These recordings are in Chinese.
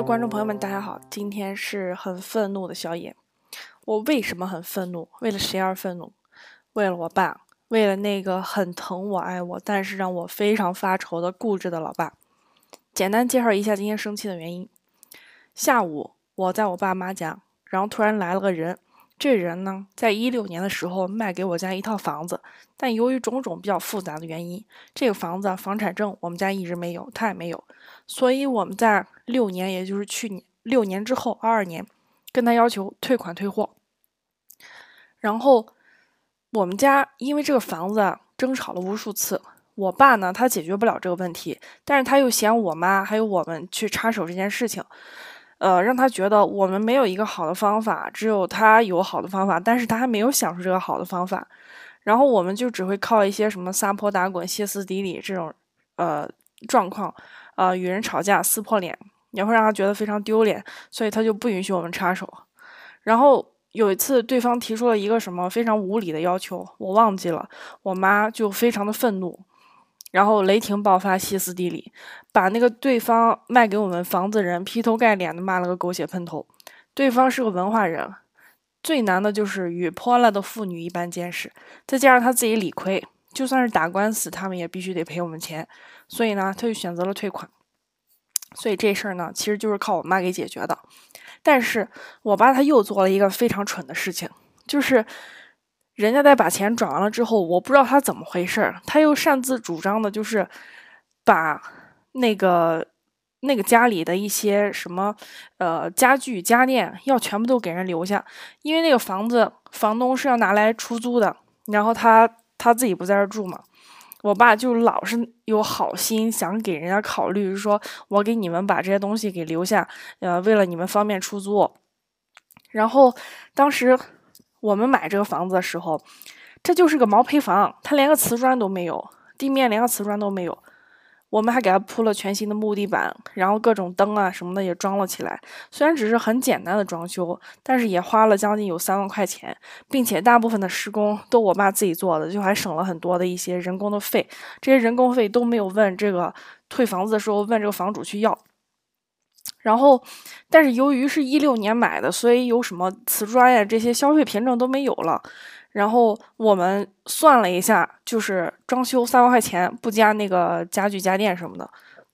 观众朋友们，大家好，今天是很愤怒的宵夜。我为什么很愤怒？为了谁而愤怒？为了我爸，为了那个很疼我、爱我，但是让我非常发愁的固执的老爸。简单介绍一下今天生气的原因。下午我在我爸妈家，然后突然来了个人。这人呢，在16年的时候卖给我家一套房子，但由于种种比较复杂的原因，这个房子房产证我们家一直没有，他也没有，所以我们在6年，也就是去年6年之后22年，跟他要求退款退货。然后我们家因为这个房子争吵了无数次，我爸呢他解决不了这个问题，但是他又嫌我妈还有我们去插手这件事情。让他觉得我们没有一个好的方法，只有他有好的方法，但是他还没有想出这个好的方法，然后我们就只会靠一些什么撒泼打滚、歇斯底里这种状况，与人吵架、撕破脸，也会让他觉得非常丢脸，所以他就不允许我们插手。然后有一次，对方提出了一个什么非常无理的要求，我忘记了，我妈就非常的愤怒。然后雷霆爆发，歇斯底里，把那个对方卖给我们房子人劈头盖脸的骂了个狗血喷头。对方是个文化人，最难的就是与泼辣的妇女一般见识，再加上他自己理亏，就算是打官司，他们也必须得赔我们钱，所以呢，他就选择了退款。所以这事儿呢，其实就是靠我妈给解决的。但是我爸他又做了一个非常蠢的事情，就是人家在把钱转完了之后，我不知道他怎么回事，他又擅自主张的，就是把那个家里的一些什么家具家电要全部都给人留下，因为那个房子房东是要拿来出租的，然后他自己不在这住嘛。我爸就老是有好心想给人家考虑，说我给你们把这些东西给留下，为了你们方便出租。然后当时我们买这个房子的时候，这就是个毛坯房，它连个瓷砖都没有，地面连个瓷砖都没有。我们还给它铺了全新的木地板，然后各种灯啊什么的也装了起来。虽然只是很简单的装修，但是也花了将近有3万块钱，并且大部分的施工都我爸自己做的，就还省了很多的一些人工的费。这些人工费都没有问这个退房子的时候问这个房主去要。然后，但是由于是16年买的，所以有什么瓷砖呀这些消费凭证都没有了。然后我们算了一下，就是装修3万块钱，不加那个家具家电什么的。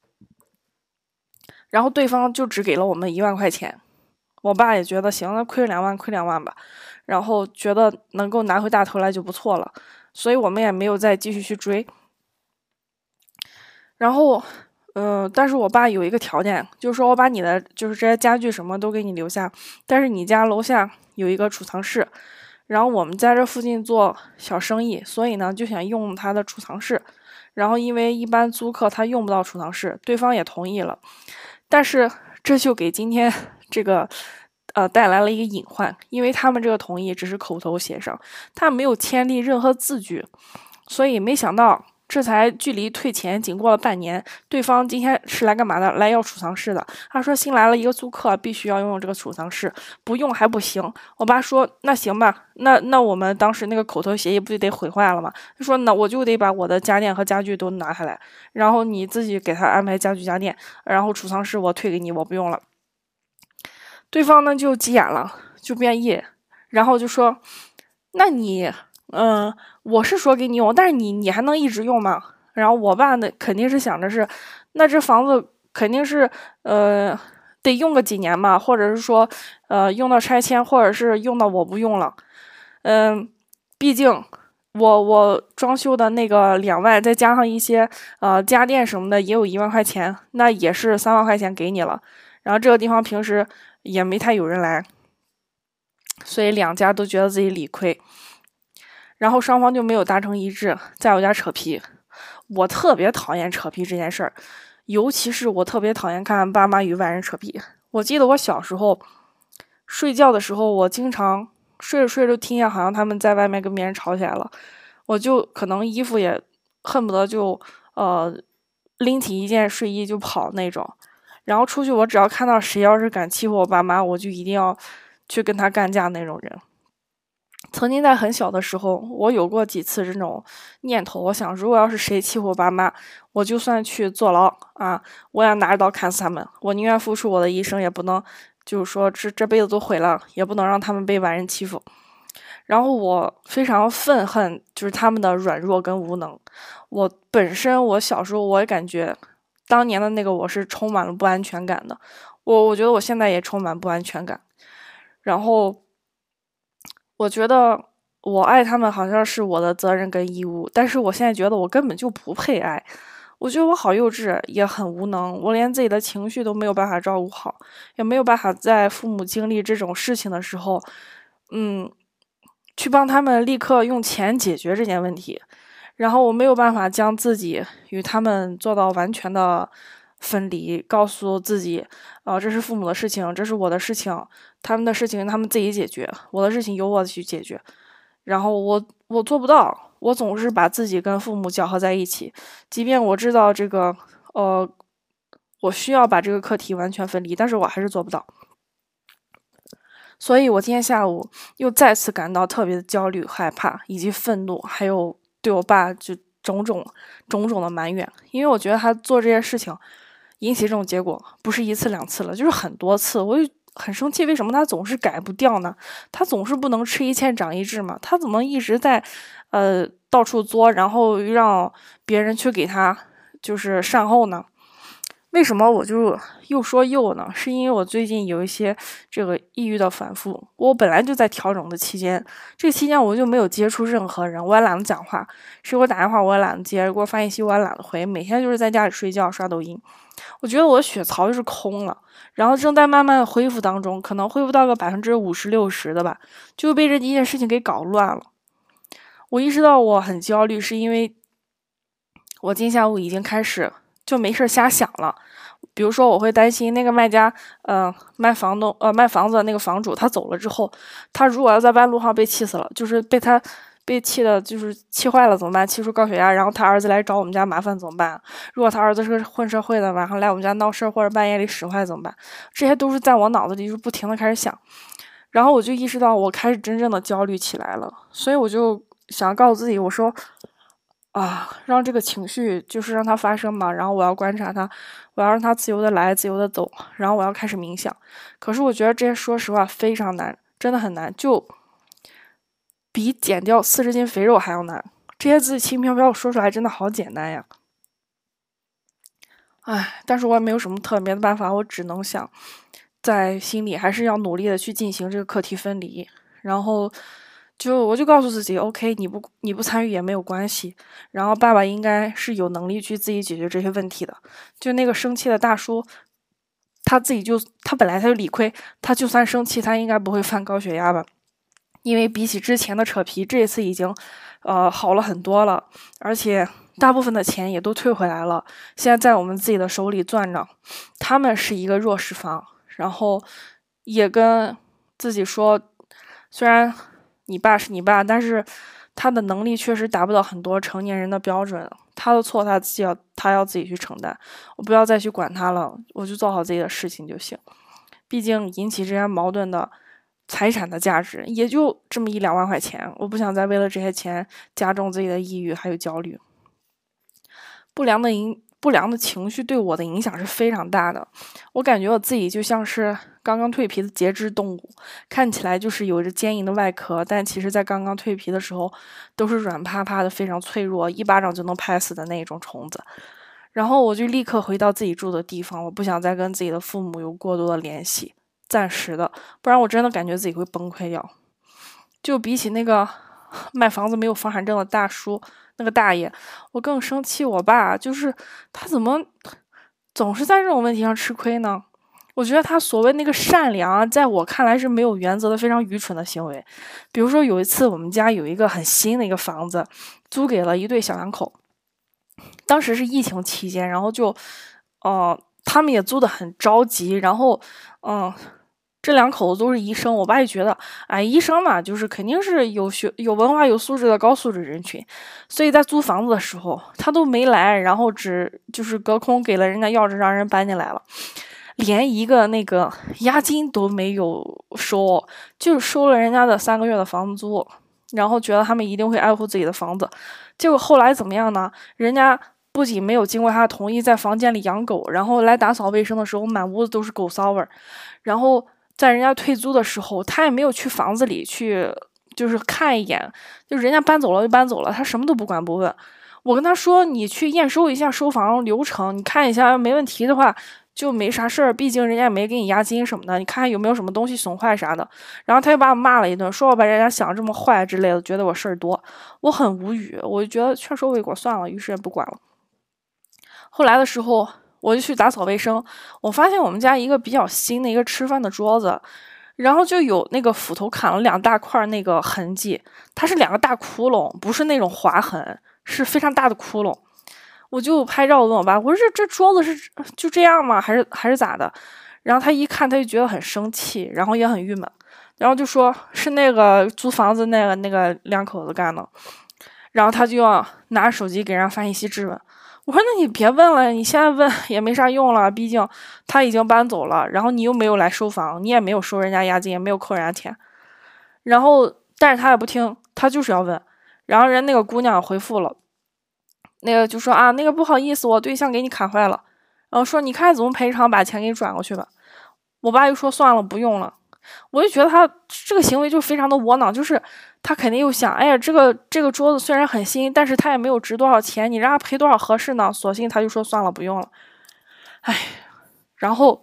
然后对方就只给了我们1万块钱。我爸也觉得行，那亏2万亏2万吧，然后觉得能够拿回大头来就不错了，所以我们也没有再继续去追。然后但是我爸有一个条件，就是说我把你的就是这些家具什么都给你留下，但是你家楼下有一个储藏室，然后我们在这附近做小生意，所以呢就想用他的储藏室。然后因为一般租客他用不到储藏室，对方也同意了，但是这就给今天这个带来了一个隐患，因为他们这个同意只是口头协商，他没有签订任何字据，所以没想到这才距离退钱仅过了半年，对方今天是来干嘛的？来要储藏室的。他说新来了一个租客，必须要用这个储藏室，不用还不行。我爸说那行吧，那我们当时那个口头协议不就得毁坏了吗？他说那我就得把我的家电和家具都拿下来，然后你自己给他安排家具家电，然后储藏室我退给你，我不用了。对方呢就急眼了，就变异，然后就说那你我是说给你用，但是你还能一直用吗？然后我爸呢肯定是想着是，那这房子肯定是得用个几年吧，或者是说用到拆迁，或者是用到我不用了。毕竟我装修的那个2万，再加上一些家电什么的，也有1万块钱，那也是3万块钱给你了。然后这个地方平时也没太有人来，所以两家都觉得自己理亏。然后双方就没有达成一致，在我家扯皮。我特别讨厌扯皮这件事儿，尤其是我特别讨厌看爸妈与外人扯皮。我记得我小时候睡觉的时候，我经常睡着睡着听见好像他们在外面跟别人吵起来了，我就可能衣服也恨不得就拎起一件睡衣就跑那种。然后出去，我只要看到谁要是敢欺负我爸妈，我就一定要去跟他干架那种人。 曾经在很小的时候，我有过几次这种念头，我想，如果要是谁欺负我爸妈，我就算去坐牢啊，我也拿着刀砍死他们，我宁愿付出我的一生，也不能，就是说这辈子都毁了，也不能让他们被外人欺负。然后我非常愤恨，就是他们的软弱跟无能。我本身我小时候我也感觉，当年的那个我是充满了不安全感的。我觉得我现在也充满不安全感。然后我觉得我爱他们好像是我的责任跟义务，但是我现在觉得我根本就不配爱。我觉得我好幼稚，也很无能，我连自己的情绪都没有办法照顾好，也没有办法在父母经历这种事情的时候，嗯，去帮他们立刻用钱解决这件问题。然后我没有办法将自己与他们做到完全的分离，告诉自己，这是父母的事情，这是我的事情，他们的事情他们自己解决，我的事情由我去解决。然后我做不到，我总是把自己跟父母搅和在一起，即便我知道这个，我需要把这个课题完全分离，但是我还是做不到。所以我今天下午又再次感到特别的焦虑、害怕以及愤怒，还有对我爸就种种的埋怨，因为我觉得他做这些事情引起这种结果不是一次两次了，就是很多次，我就很生气，为什么他总是改不掉呢？他总是不能吃一堑长一智嘛？他怎么一直在到处作，然后让别人去给他就是善后呢？为什么我就又说又呢？是因为我最近有一些这个抑郁的反复，我本来就在调整的期间，这个期间我就没有接触任何人，我也懒得讲话，谁给我打电话我也懒得接，给我发信息我也懒得回，每天就是在家里睡觉刷抖音。我觉得我的血槽就是空了，然后正在慢慢恢复当中，可能恢复到个50%-60%的吧，就被这一件事情给搞乱了。我意识到我很焦虑，是因为我今天下午已经开始就没事瞎想了。比如说，我会担心那个卖家，卖房子的那个房主，他走了之后，他如果要在半路上被气死了，就是被气的，就是气坏了怎么办？气出高血压，然后他儿子来找我们家麻烦怎么办？如果他儿子是个混社会的，晚上来我们家闹事或者半夜里使坏怎么办？这些都是在我脑子里就是不停的开始想，然后我就意识到我开始真正的焦虑起来了，所以我就想告诉自己，我说让这个情绪就是让它发生嘛，然后我要观察它，我要让它自由的来，自由的走，然后我要开始冥想。可是我觉得这些说实话非常难，真的很难，就比减掉40斤肥肉还要难。这些字轻飘飘说出来真的好简单呀，但是我也没有什么特别的办法，我只能想在心里还是要努力的去进行这个课题分离，然后我就告诉自己，OK，你不参与也没有关系，然后爸爸应该是有能力去自己解决这些问题的。就那个生气的大叔，他本来他就理亏，他就算生气，他应该不会犯高血压吧？因为比起之前的扯皮，这一次已经好了很多了，而且大部分的钱也都退回来了，现在在我们自己的手里攥着。他们是一个弱势方，然后也跟自己说，虽然你爸是你爸，但是他的能力确实达不到很多成年人的标准，他的错他要自己去承担，我不要再去管他了，我就做好自己的事情就行。毕竟引起这些矛盾的财产的价值也就这么1-2万块钱，我不想再为了这些钱加重自己的抑郁还有焦虑。不良的情绪对我的影响是非常大的，我感觉我自己就像是刚刚蜕皮的节肢动物，看起来就是有着坚硬的外壳，但其实在刚刚蜕皮的时候都是软趴趴的，非常脆弱，一巴掌就能拍死的那种虫子。然后我就立刻回到自己住的地方，我不想再跟自己的父母有过多的联系，暂时的，不然我真的感觉自己会崩溃掉。就比起那个卖房子没有房产证的大叔，那个大爷，我更生气我爸，就是他怎么总是在这种问题上吃亏呢？我觉得他所谓那个善良，在我看来是没有原则的，非常愚蠢的行为。比如说有一次我们家有一个很新的一个房子，租给了一对小两口，当时是疫情期间，然后他们也租得很着急，然后这两口子都是医生，我爸也觉得，医生嘛，就是肯定是有文化、有素质的高素质人群，所以在租房子的时候，他都没来，然后就是隔空给了人家钥匙，让人搬进来了。 连一个那个押金都没有收，就收了人家的3个月的房租，然后觉得他们一定会爱护自己的房子。结果后来怎么样呢？人家不仅没有经过他的同意在房间里养狗，然后来打扫卫生的时候满屋子都是狗骚味儿，然后在人家退租的时候，他也没有去房子里去就是看一眼，就人家搬走了就搬走了，他什么都不管不问。我跟他说，你去验收一下收房流程，你看一下没问题的话就没啥事儿，毕竟人家也没给你押金什么的，你看有没有什么东西损坏啥的。然后他又把我骂了一顿，说我把人家想这么坏之类的，觉得我事儿多。我很无语，我就觉得劝说未果算了，于是也不管了。后来的时候我就去打扫卫生，我发现我们家一个比较新的一个吃饭的桌子，然后就有那个斧头砍了2大块那个痕迹，它是2个大窟窿，不是那种划痕，是非常大的窟窿。我就拍照问我爸，我说这桌子是就这样吗？还是咋的？然后他一看，他就觉得很生气，然后也很郁闷，然后就说是那个租房子那个2口子干的。然后他就要拿手机给人家发信息质问。我说那你别问了，你现在问也没啥用了，毕竟他已经搬走了，然后你又没有来收房，你也没有收人家押金，也没有扣人家钱。然后但是他也不听，他就是要问。然后人那个姑娘回复了，那个就说啊，那个不好意思，我对象给你砍坏了，然后说你看怎么赔偿，把钱给你转过去吧。我爸又说算了，不用了。我就觉得他这个行为就非常的窝囊，就是他肯定又想，哎呀，这个桌子虽然很新，但是他也没有值多少钱，你让他赔多少合适呢？索性他就说算了，不用了。哎，然后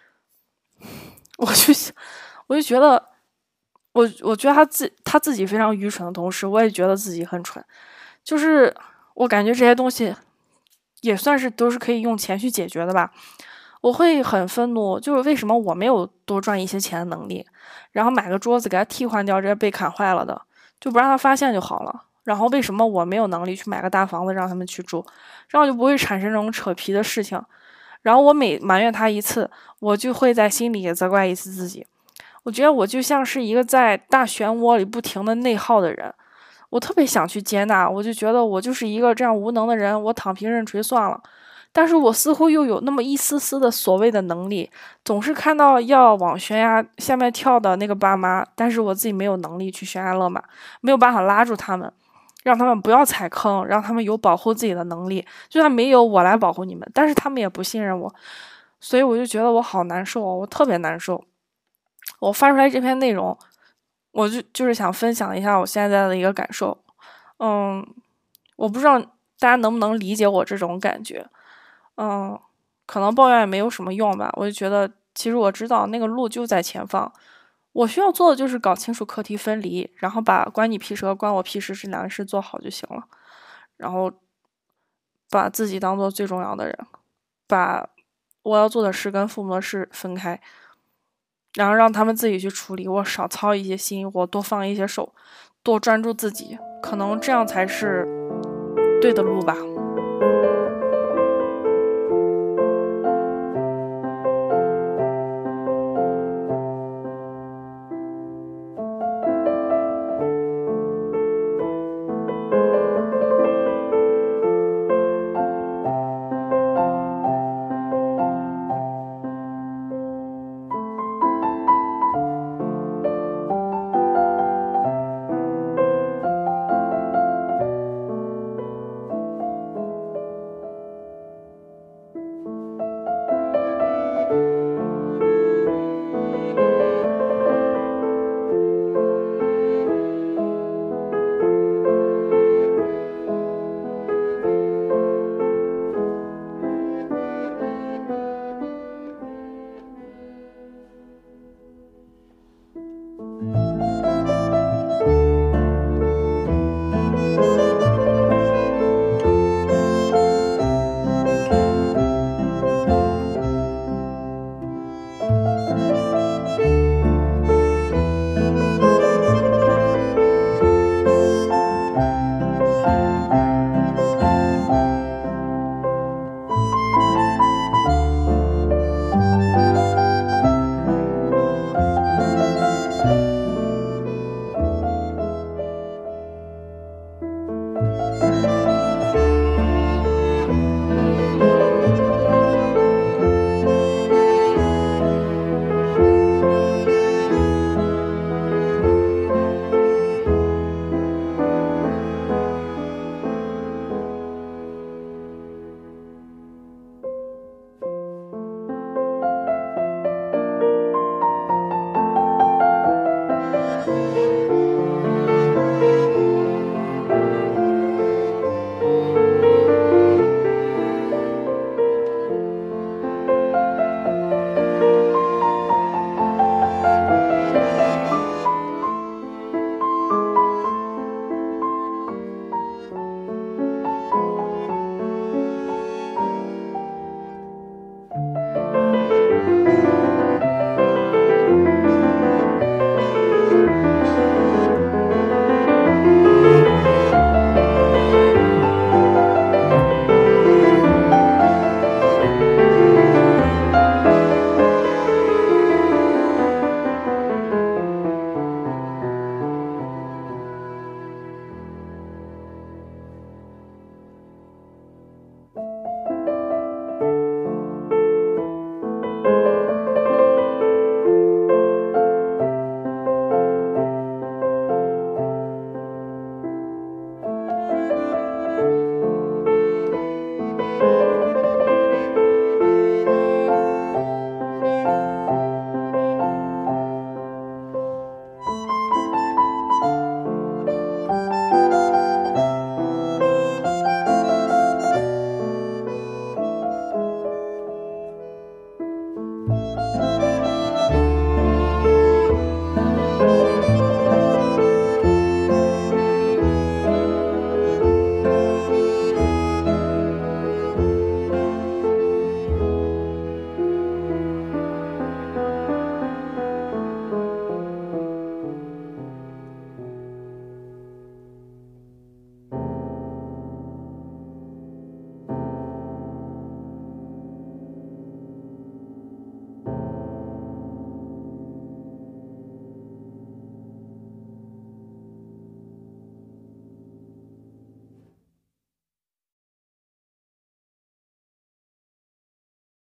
我就觉得，我觉得他自己非常愚蠢的同时，我也觉得自己很蠢，就是我感觉这些东西也算是都是可以用钱去解决的吧。我会很愤怒，就是为什么我没有多赚一些钱的能力，然后买个桌子给它替换掉这些被砍坏了的，就不让他发现就好了。然后为什么我没有能力去买个大房子让他们去住，这样就不会产生这种扯皮的事情。然后我每埋怨他一次，我就会在心里责怪一次自己。我觉得我就像是一个在大漩涡里不停的内耗的人，我特别想去接纳，我就觉得我就是一个这样无能的人，我躺平认锤算了。但是我似乎又有那么一丝丝的所谓的能力，总是看到要往悬崖下面跳的那个爸妈，但是我自己没有能力去悬崖勒马，没有办法拉住他们，让他们不要踩坑，让他们有保护自己的能力。就算没有我来保护你们，但是他们也不信任我，所以我就觉得我好难受，我特别难受。我发出来这篇内容，我就是想分享一下我现在的一个感受。我不知道大家能不能理解我这种感觉。可能抱怨也没有什么用吧。我就觉得，其实我知道那个路就在前方，我需要做的就是搞清楚课题分离，然后把关你屁事和关我屁事这2个事做好就行了。然后把自己当做最重要的人，把我要做的事跟父母的事分开，然后让他们自己去处理，我少操一些心，我多放一些手，多专注自己，可能这样才是对的路吧。